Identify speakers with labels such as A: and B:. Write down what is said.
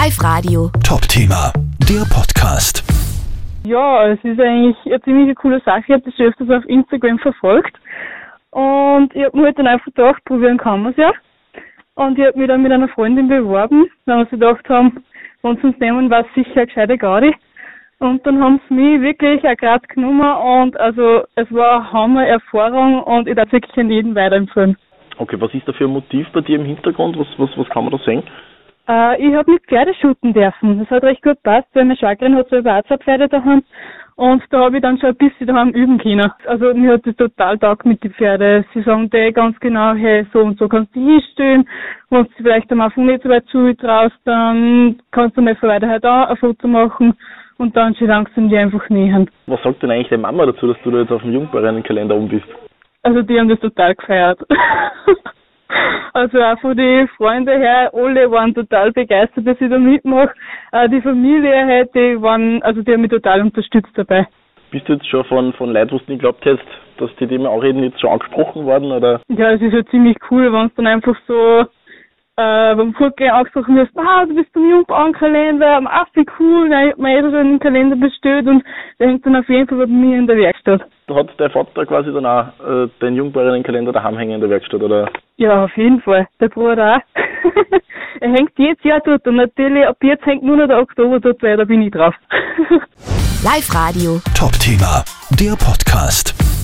A: Live-Radio.
B: Top-Thema, der Podcast.
C: Ja, es ist eigentlich eine ziemlich coole Sache. Ich habe das schon öfters auf Instagram verfolgt. Und ich habe mir halt dann einfach gedacht, probieren kann man es ja. Und ich habe mich dann mit einer Freundin beworben, weil wir sich gedacht haben, wenn sie uns nehmen, war es sicher eine gescheite Gaudi. Und dann haben sie mich wirklich auch gerade genommen und also es war eine Hammer-Erfahrung und ich darf wirklich an jeden weiterempfehlen.
D: Okay, was ist da für ein Motiv bei dir im Hintergrund? Was kann man da sehen?
C: Ich habe mit Pferde shooten dürfen. Das hat recht gut gepasst, weil meine Schwägerin hat selber auch 2 Pferde daheim. Und da habe ich dann schon ein bisschen daheim üben können. Also mir hat das total taugt mit den Pferden. Sie sagen dir ganz genau, hey, so und so kannst du dich hinstellen. Wenn du vielleicht am Anfang nicht so weit zutraust, dann kannst du nicht von weiter halt auch ein Foto machen und dann schon langsam die einfach nähern.
D: Was sagt denn eigentlich deine Mama dazu, dass du da jetzt auf dem Jungbäuerinnenkalender oben bist?
C: Also die haben das total gefeiert. Also auch von den Freunden her, alle waren total begeistert, dass ich da mitmache. Die Familie, die haben mich total unterstützt dabei.
D: Bist du jetzt schon von Leuten, wo du nicht geglaubt hast, dass die dem auch reden, jetzt schon angesprochen worden, oder?
C: Ja, es ist ja ziemlich cool, wenn es dann einfach so beim Vorgehen angesprochen wirst, du bist beim Jungbauernkalender, wie cool, ich hab mir schon einen Kalender bestellt und der hängt dann auf jeden Fall bei mir in der Werkstatt.
D: Hat dein Vater quasi dann auch den Jungbäuerinnenkalender daheim hängen in der Werkstatt, oder?
C: Ja, auf jeden Fall. Der Bruder auch. Er hängt jedes Jahr dort und natürlich ab jetzt hängt nur noch der Oktober dort, weil da bin ich drauf.
A: Live-Radio.
B: Top-Thema, der Podcast.